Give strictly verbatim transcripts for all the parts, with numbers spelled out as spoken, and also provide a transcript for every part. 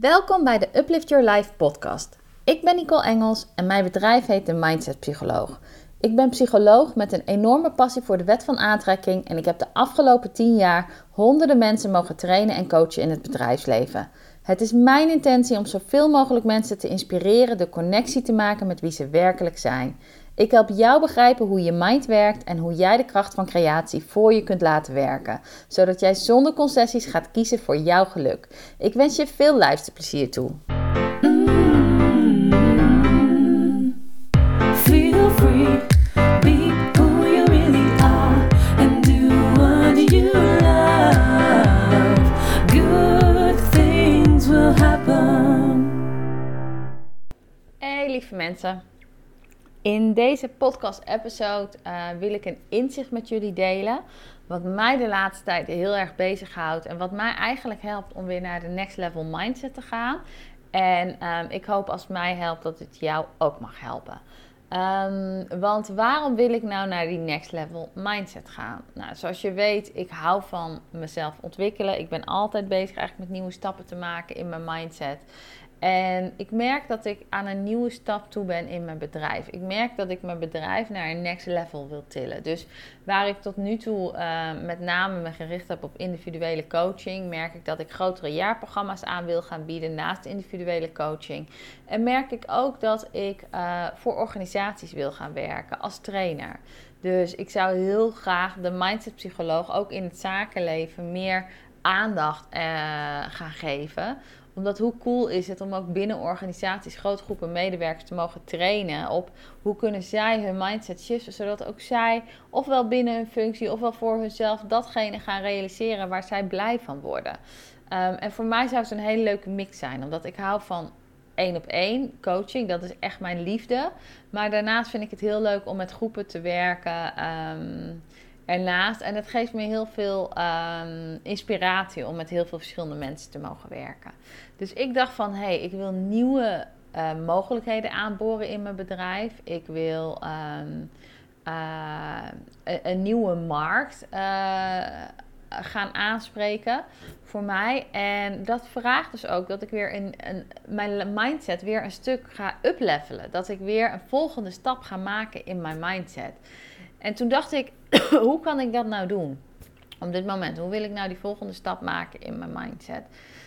Welkom bij de Uplift Your Life podcast. Ik ben Nicole Engels en mijn bedrijf heet de Mindset Psycholoog. Ik ben psycholoog met een enorme passie voor de wet van aantrekking en ik heb de afgelopen tien jaar honderden mensen mogen trainen en coachen in het bedrijfsleven. Het is mijn intentie om zoveel mogelijk mensen te inspireren de connectie te maken met wie ze werkelijk zijn. Ik help jou begrijpen hoe je mind werkt en hoe jij de kracht van creatie voor je kunt laten werken. Zodat jij zonder concessies gaat kiezen voor jouw geluk. Ik wens je veel luisterplezier toe. Mm-hmm. Feel free, be who you really are and do what you love. Good things will happen. Hey lieve mensen. In deze podcast-episode uh, wil ik een inzicht met jullie delen. Wat mij de laatste tijd heel erg bezighoudt. En wat mij eigenlijk helpt om weer naar de next level mindset te gaan. En um, ik hoop als het mij helpt dat het jou ook mag helpen. Um, want waarom wil ik nou naar die next level mindset gaan? Nou, zoals je weet, ik hou van mezelf ontwikkelen. Ik ben altijd bezig eigenlijk met nieuwe stappen te maken in mijn mindset. En ik merk dat ik aan een nieuwe stap toe ben in mijn bedrijf. Ik merk dat ik mijn bedrijf naar een next level wil tillen. Dus waar ik tot nu toe uh, met name me gericht heb op individuele coaching, merk ik dat ik grotere jaarprogramma's aan wil gaan bieden naast individuele coaching. En merk ik ook dat ik uh, voor organisaties wil gaan werken als trainer. Dus ik zou heel graag de mindset psycholoog ook in het zakenleven meer aandacht uh, gaan geven. Omdat hoe cool is het om ook binnen organisaties grote groepen medewerkers te mogen trainen op hoe kunnen zij hun mindset shiften, zodat ook zij ofwel binnen hun functie ofwel voor hunzelf datgene gaan realiseren waar zij blij van worden. Um, en voor mij zou het een hele leuke mix zijn, omdat ik hou van één op één coaching, dat is echt mijn liefde. Maar daarnaast vind ik het heel leuk om met groepen te werken. Um, Ernaast. En het geeft me heel veel um, inspiratie om met heel veel verschillende mensen te mogen werken. Dus ik dacht van, hé, hey, ik wil nieuwe uh, mogelijkheden aanboren in mijn bedrijf. Ik wil um, uh, een, een nieuwe markt uh, gaan aanspreken voor mij. En dat vraagt dus ook dat ik weer een, een, mijn mindset weer een stuk ga uplevelen. Dat ik weer een volgende stap ga maken in mijn mindset. En toen dacht ik, hoe kan ik dat nou doen? Op dit moment, hoe wil ik nou die volgende stap maken in mijn mindset?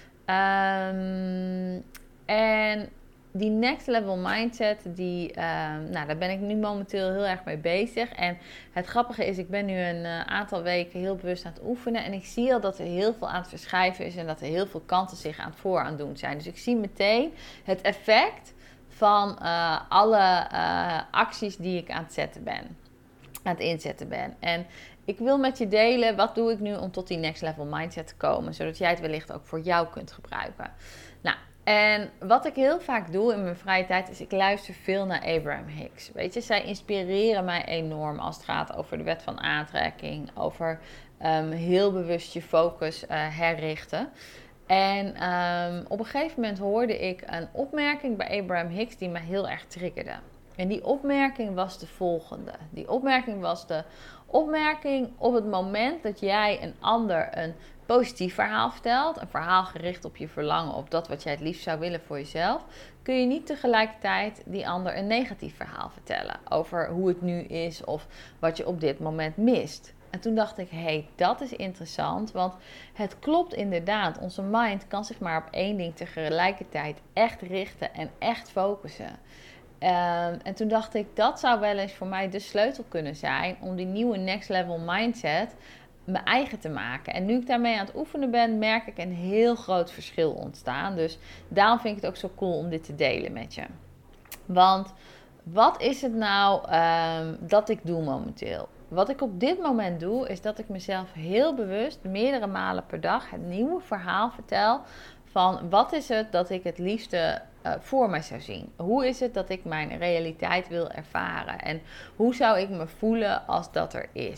Um, en die next level mindset, die, uh, nou, daar ben ik nu momenteel heel erg mee bezig. En het grappige is, ik ben nu een uh, aantal weken heel bewust aan het oefenen. En ik zie al dat er heel veel aan het verschuiven is en dat er heel veel kanten zich aan het voor aan doen zijn. Dus ik zie meteen het effect van uh, alle uh, acties die ik aan het zetten ben. aan het inzetten ben. En ik wil met je delen, wat doe ik nu om tot die next level mindset te komen, zodat jij het wellicht ook voor jou kunt gebruiken. Nou, en wat ik heel vaak doe in mijn vrije tijd, is ik luister veel naar Abraham Hicks. Weet je, zij inspireren mij enorm als het gaat over de wet van aantrekking, over um, heel bewust je focus uh, herrichten. En um, op een gegeven moment hoorde ik een opmerking bij Abraham Hicks die me heel erg triggerde. En die opmerking was de volgende. Die opmerking was de opmerking op het moment dat jij een ander een positief verhaal vertelt, een verhaal gericht op je verlangen, op dat wat jij het liefst zou willen voor jezelf, kun je niet tegelijkertijd die ander een negatief verhaal vertellen over hoe het nu is of wat je op dit moment mist. En toen dacht ik, hé, hey, dat is interessant, want het klopt inderdaad. Onze mind kan zich maar op één ding tegelijkertijd echt richten en echt focussen. Uh, en toen dacht ik, dat zou wel eens voor mij de sleutel kunnen zijn om die nieuwe next level mindset mijn eigen te maken. En nu ik daarmee aan het oefenen ben, merk ik een heel groot verschil ontstaan. Dus daarom vind ik het ook zo cool om dit te delen met je. Want wat is het nou um, dat ik doe momenteel? Wat ik op dit moment doe, is dat ik mezelf heel bewust meerdere malen per dag het nieuwe verhaal vertel van wat is het dat ik het liefste uh, voor mij zou zien. Hoe is het dat ik mijn realiteit wil ervaren? En hoe zou ik me voelen als dat er is?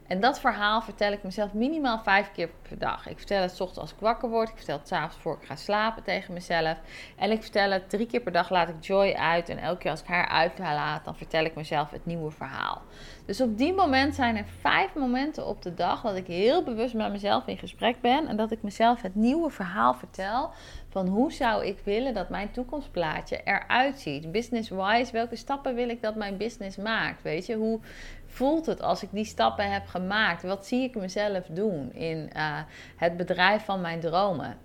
En dat verhaal vertel ik mezelf minimaal vijf keer per dag. Ik vertel het 's ochtends als ik wakker word. Ik vertel het 's avonds voor ik ga slapen tegen mezelf. En ik vertel het drie keer per dag, laat ik Joy uit. En elke keer als ik haar uitlaat, dan vertel ik mezelf het nieuwe verhaal. Dus op die moment zijn er vijf momenten op de dag dat ik heel bewust met mezelf in gesprek ben. En dat ik mezelf het nieuwe verhaal vertel van hoe zou ik willen dat mijn toekomstplaatje eruit ziet. Business-wise, welke stappen wil ik dat mijn business maakt? Weet je, hoe voelt het als ik die stappen heb gemaakt? Wat zie ik mezelf doen in uh, het bedrijf van mijn dromen?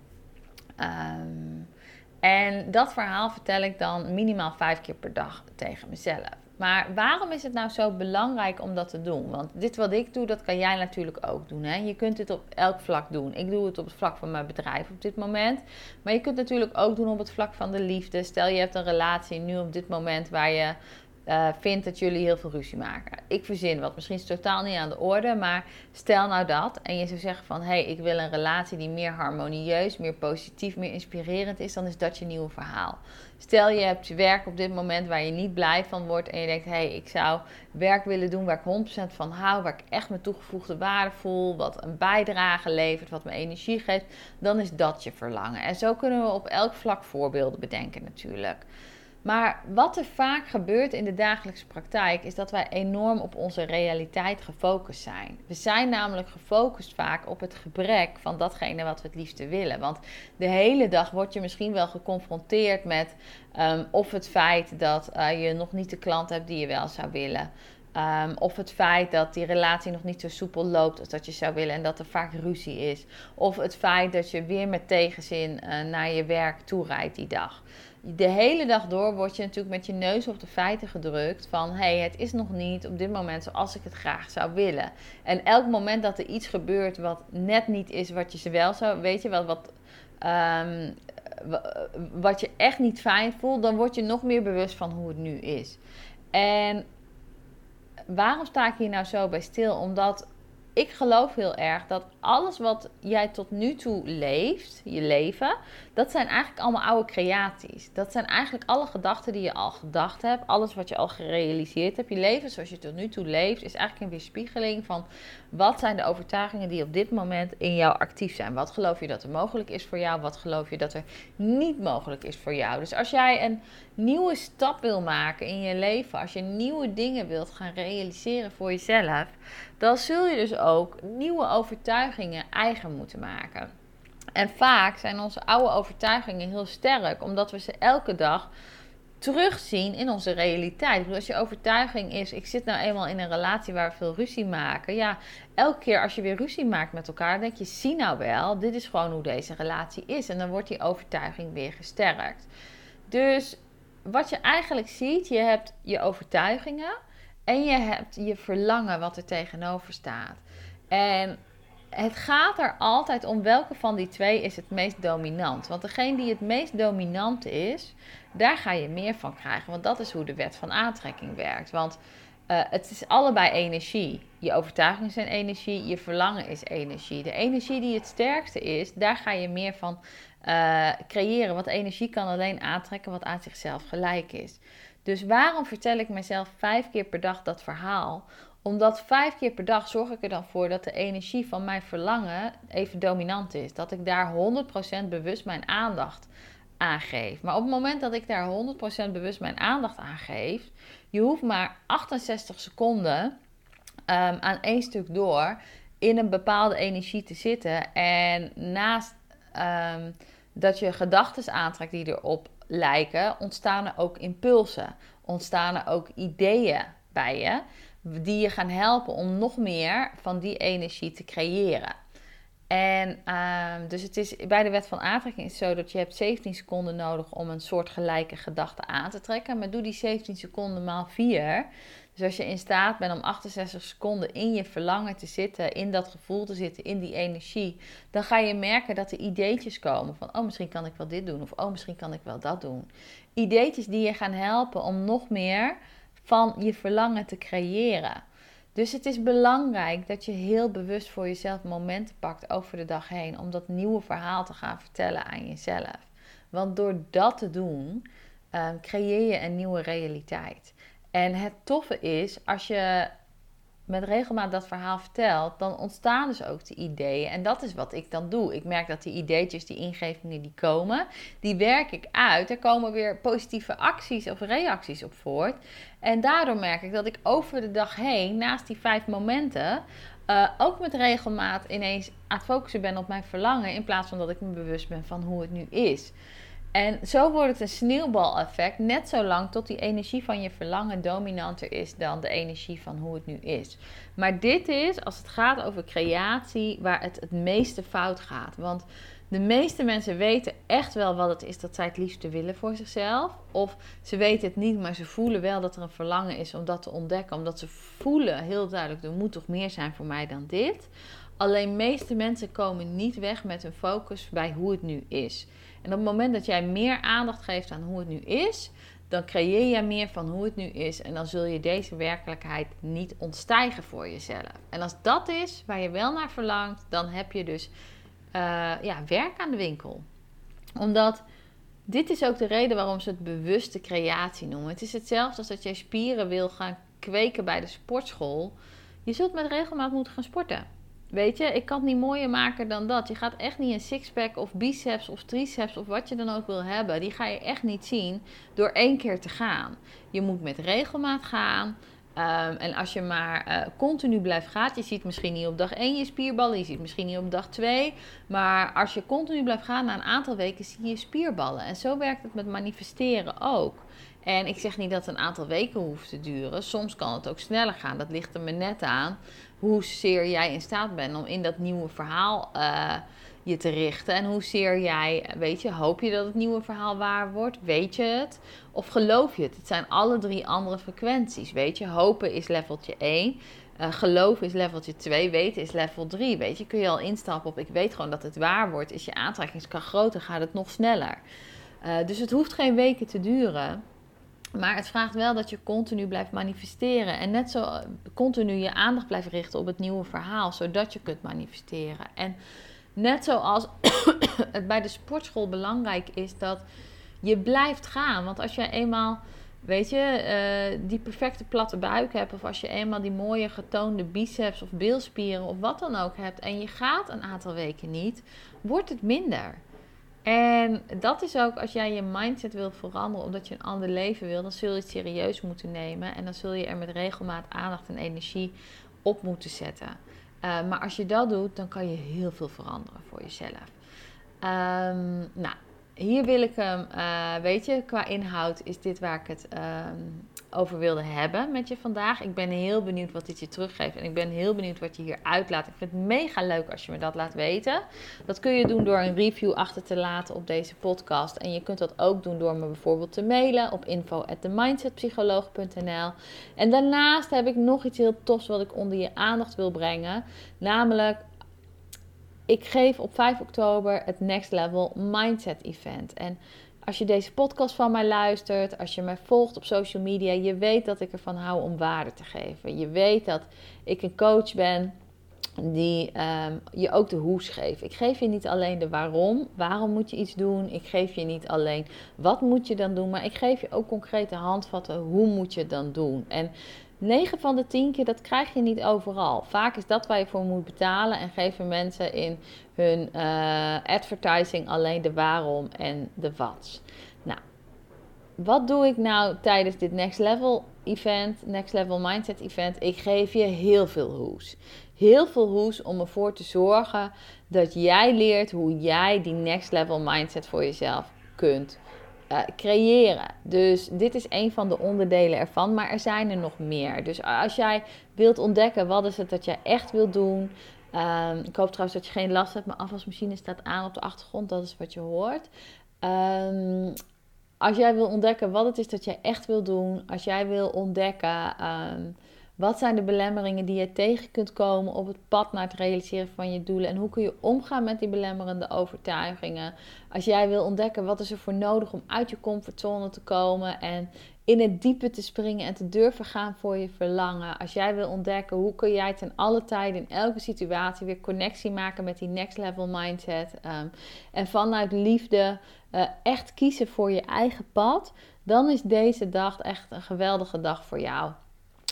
Um, en dat verhaal vertel ik dan minimaal vijf keer per dag tegen mezelf. Maar waarom is het nou zo belangrijk om dat te doen? Want dit wat ik doe, dat kan jij natuurlijk ook doen. Hè? Je kunt het op elk vlak doen. Ik doe het op het vlak van mijn bedrijf op dit moment. Maar je kunt het natuurlijk ook doen op het vlak van de liefde. Stel je hebt een relatie nu op dit moment waar je uh, vindt dat jullie heel veel ruzie maken. Ik verzin wat, misschien is het totaal niet aan de orde. Maar stel nou dat en je zou zeggen van... hé, hey, ik wil een relatie die meer harmonieus, meer positief, meer inspirerend is. Dan is dat je nieuwe verhaal. Stel je hebt werk op dit moment waar je niet blij van wordt en je denkt, hé, hey, ik zou werk willen doen waar ik honderd procent van hou, waar ik echt mijn toegevoegde waarde voel, wat een bijdrage levert, wat me energie geeft, dan is dat je verlangen. En zo kunnen we op elk vlak voorbeelden bedenken natuurlijk. Maar wat er vaak gebeurt in de dagelijkse praktijk is dat wij enorm op onze realiteit gefocust zijn. We zijn namelijk gefocust vaak op het gebrek van datgene wat we het liefste willen. Want de hele dag word je misschien wel geconfronteerd met um, of het feit dat uh, je nog niet de klant hebt die je wel zou willen. Um, of het feit dat die relatie nog niet zo soepel loopt als dat je zou willen en dat er vaak ruzie is. Of het feit dat je weer met tegenzin uh, naar je werk toe rijdt die dag. De hele dag door word je natuurlijk met je neus op de feiten gedrukt van... hé, hey, het is nog niet op dit moment zoals ik het graag zou willen. En elk moment dat er iets gebeurt wat net niet is wat je ze wel zou... weet je wel, wat, um, wat je echt niet fijn voelt... dan word je nog meer bewust van hoe het nu is. En waarom sta ik hier nou zo bij stil? Omdat ik geloof heel erg dat alles wat jij tot nu toe leeft, je leven, dat zijn eigenlijk allemaal oude creaties. Dat zijn eigenlijk alle gedachten die je al gedacht hebt, alles wat je al gerealiseerd hebt. Je leven zoals je tot nu toe leeft is eigenlijk een weerspiegeling van wat zijn de overtuigingen die op dit moment in jou actief zijn. Wat geloof je dat er mogelijk is voor jou? Wat geloof je dat er niet mogelijk is voor jou? Dus als jij een nieuwe stap wil maken in je leven, als je nieuwe dingen wilt gaan realiseren voor jezelf, dan zul je dus ook nieuwe overtuigingen eigen moeten maken. En vaak zijn onze oude overtuigingen heel sterk, omdat we ze elke dag terugzien in onze realiteit. Ik bedoel, als je overtuiging is, ik zit nou eenmaal in een relatie waar we veel ruzie maken. Ja, elke keer als je weer ruzie maakt met elkaar, dan denk je, zie nou wel, dit is gewoon hoe deze relatie is. En dan wordt die overtuiging weer gesterkt. Dus wat je eigenlijk ziet, je hebt je overtuigingen en je hebt je verlangen wat er tegenover staat. En het gaat er altijd om welke van die twee is het meest dominant. Want degene die het meest dominant is, daar ga je meer van krijgen. Want dat is hoe de wet van aantrekking werkt. Want uh, het is allebei energie. Je overtuigingen zijn energie, je verlangen is energie. De energie die het sterkste is, daar ga je meer van uh, creëren. Want energie kan alleen aantrekken wat aan zichzelf gelijk is. Dus waarom vertel ik mezelf vijf keer per dag dat verhaal? Omdat vijf keer per dag zorg ik er dan voor dat de energie van mijn verlangen even dominant is. Dat ik daar honderd procent bewust mijn aandacht aan geef. Maar op het moment dat ik daar honderd procent bewust mijn aandacht aan geef, je hoeft maar achtenzestig seconden um, aan één stuk door in een bepaalde energie te zitten. En naast um, dat je gedachten aantrekt die erop lijken, ontstaan er ook impulsen. Ontstaan er ook ideeën bij je, die je gaan helpen om nog meer van die energie te creëren. En uh, dus het is, bij de wet van aantrekking is het zo dat je hebt zeventien seconden nodig om een soortgelijke gedachte aan te trekken. Maar doe die zeventien seconden maal vier. Dus als je in staat bent om achtenzestig seconden in je verlangen te zitten, in dat gevoel te zitten, in die energie, dan ga je merken dat er ideetjes komen van, oh, misschien kan ik wel dit doen, of oh, misschien kan ik wel dat doen. Ideetjes die je gaan helpen om nog meer van je verlangen te creëren. Dus het is belangrijk dat je heel bewust voor jezelf momenten pakt over de dag heen om dat nieuwe verhaal te gaan vertellen aan jezelf. Want door dat te doen, um, creëer je een nieuwe realiteit. En het toffe is, als je met regelmaat dat verhaal vertelt, dan ontstaan dus ook de ideeën. En dat is wat ik dan doe. Ik merk dat die ideetjes, die ingevingen die komen, die werk ik uit. Er komen weer positieve acties of reacties op voort. En daardoor merk ik dat ik over de dag heen, naast die vijf momenten, uh, ook met regelmaat ineens aan het focussen ben op mijn verlangen, in plaats van dat ik me bewust ben van hoe het nu is. En zo wordt het een sneeuwbaleffect, net zo lang tot die energie van je verlangen dominanter is dan de energie van hoe het nu is. Maar dit is, als het gaat over creatie, waar het het meeste fout gaat. Want de meeste mensen weten echt wel wat het is dat zij het liefste willen voor zichzelf. Of ze weten het niet, maar ze voelen wel dat er een verlangen is om dat te ontdekken. Omdat ze voelen heel duidelijk, er moet toch meer zijn voor mij dan dit. Alleen de meeste mensen komen niet weg met hun focus bij hoe het nu is. En op het moment dat jij meer aandacht geeft aan hoe het nu is, dan creëer je meer van hoe het nu is. En dan zul je deze werkelijkheid niet ontstijgen voor jezelf. En als dat is waar je wel naar verlangt, dan heb je dus uh, ja, werk aan de winkel. Omdat dit is ook de reden waarom ze het bewuste creatie noemen. Het is hetzelfde als dat jij spieren wil gaan kweken bij de sportschool. Je zult met regelmaat moeten gaan sporten. Weet je, ik kan het niet mooier maken dan dat. Je gaat echt niet een sixpack of biceps of triceps of wat je dan ook wil hebben. Die ga je echt niet zien door één keer te gaan. Je moet met regelmaat gaan. Um, en als je maar uh, continu blijft gaan, je ziet misschien niet op dag één je spierballen, je ziet misschien niet op dag twee. Maar als je continu blijft gaan, na een aantal weken zie je spierballen. En zo werkt het met manifesteren ook. En ik zeg niet dat het een aantal weken hoeft te duren. Soms kan het ook sneller gaan. Dat ligt er me net aan hoezeer jij in staat bent om in dat nieuwe verhaal uh, je te richten. En hoezeer jij, weet je, hoop je dat het nieuwe verhaal waar wordt? Weet je het? Of geloof je het? Het zijn alle drie andere frequenties, weet je. Hopen is leveltje één. Uh, geloven is leveltje twee. Weten is level drie. Weet je, kun je al instappen op ik weet gewoon dat het waar wordt. Is je aantrekkingskracht groter, gaat het nog sneller. Uh, dus het hoeft geen weken te duren. Maar het vraagt wel dat je continu blijft manifesteren. En net zo continu je aandacht blijft richten op het nieuwe verhaal. Zodat je kunt manifesteren. En net zoals het bij de sportschool belangrijk is dat je blijft gaan. Want als je eenmaal, weet je, uh, die perfecte platte buik hebt. Of als je eenmaal die mooie getoonde biceps of bilspieren of wat dan ook hebt. En je gaat een aantal weken niet, wordt het minder. En dat is ook als jij je mindset wil veranderen omdat je een ander leven wil, dan zul je het serieus moeten nemen. En dan zul je er met regelmaat aandacht en energie op moeten zetten. Uh, maar als je dat doet, dan kan je heel veel veranderen voor jezelf. Um, nou, hier wil ik hem, uh, weet je, qua inhoud is dit waar ik het um, over wilde hebben met je vandaag. Ik ben heel benieuwd wat dit je teruggeeft en ik ben heel benieuwd wat je hier uitlaat. Ik vind het mega leuk als je me dat laat weten. Dat kun je doen door een review achter te laten op deze podcast. En je kunt dat ook doen door me bijvoorbeeld te mailen op info at the mindset psycholoog punt n l. En daarnaast heb ik nog iets heel tofs wat ik onder je aandacht wil brengen. Namelijk, ik geef op vijf oktober het Next Level Mindset Event. En als je deze podcast van mij luistert, als je mij volgt op social media, je weet dat ik ervan hou om waarde te geven. Je weet dat ik een coach ben die um, je ook de hoe's geeft. Ik geef je niet alleen de waarom, waarom moet je iets doen. Ik geef je niet alleen wat moet je dan doen, maar ik geef je ook concrete handvatten, hoe moet je het dan doen. En negen van de tien keer, dat krijg je niet overal. Vaak is dat waar je voor moet betalen en geven mensen in hun uh, advertising alleen de waarom en de wat. Nou, wat doe ik nou tijdens dit Next Level event, Next Level Mindset event? Ik geef je heel veel hoes. Heel veel hoes om ervoor te zorgen dat jij leert hoe jij die Next Level Mindset voor jezelf kunt Uh, creëren. Dus dit is een van de onderdelen ervan, maar er zijn er nog meer. Dus als jij wilt ontdekken wat is het dat jij echt wilt doen. Um, ik hoop trouwens dat je geen last hebt. Mijn afwasmachine staat aan op de achtergrond, dat is wat je hoort. Um, als jij wil ontdekken wat het is dat jij echt wil doen. Als jij wil ontdekken um, wat zijn de belemmeringen die je tegen kunt komen op het pad naar het realiseren van je doelen. En hoe kun je omgaan met die belemmerende overtuigingen. Als jij wil ontdekken wat is er voor nodig om uit je comfortzone te komen. En in het diepe te springen en te durven gaan voor je verlangen. Als jij wil ontdekken hoe kun jij ten alle tijden in elke situatie weer connectie maken met die next level mindset. Um, en vanuit liefde uh, echt kiezen voor je eigen pad. Dan is deze dag echt een geweldige dag voor jou.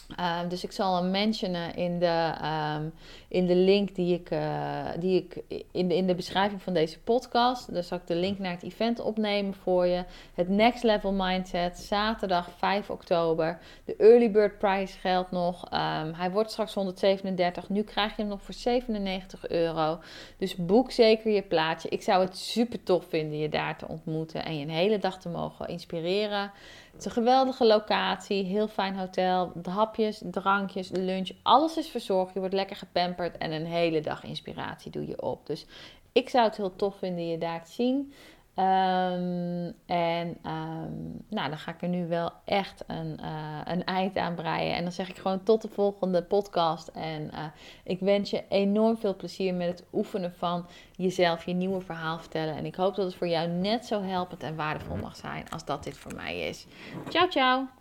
Uh, dus ik zal hem mentionen in de, um, in de link die ik, uh, die ik in, de, in de beschrijving van deze podcast. Dus zal ik de link naar het event opnemen voor je. Het Next Level Mindset, zaterdag vijf oktober. De Early Bird Prize geldt nog. Um, hij wordt straks honderdzevenendertig. Nu krijg je hem nog voor zevenennegentig euro. Dus boek zeker je plaatje. Ik zou het super tof vinden je daar te ontmoeten en je een hele dag te mogen inspireren. Het is een geweldige locatie, heel fijn hotel, de hapjes, drankjes, lunch, alles is verzorgd. Je wordt lekker gepamperd en een hele dag inspiratie doe je op. Dus ik zou het heel tof vinden je daar te zien. Um, en um, nou, dan ga ik er nu wel echt een, uh, een eind aan breien. En dan zeg ik gewoon tot de volgende podcast. En uh, ik wens je enorm veel plezier met het oefenen van jezelf, je nieuwe verhaal vertellen. En ik hoop dat het voor jou net zo helpend en waardevol mag zijn als dat dit voor mij is. Ciao, ciao!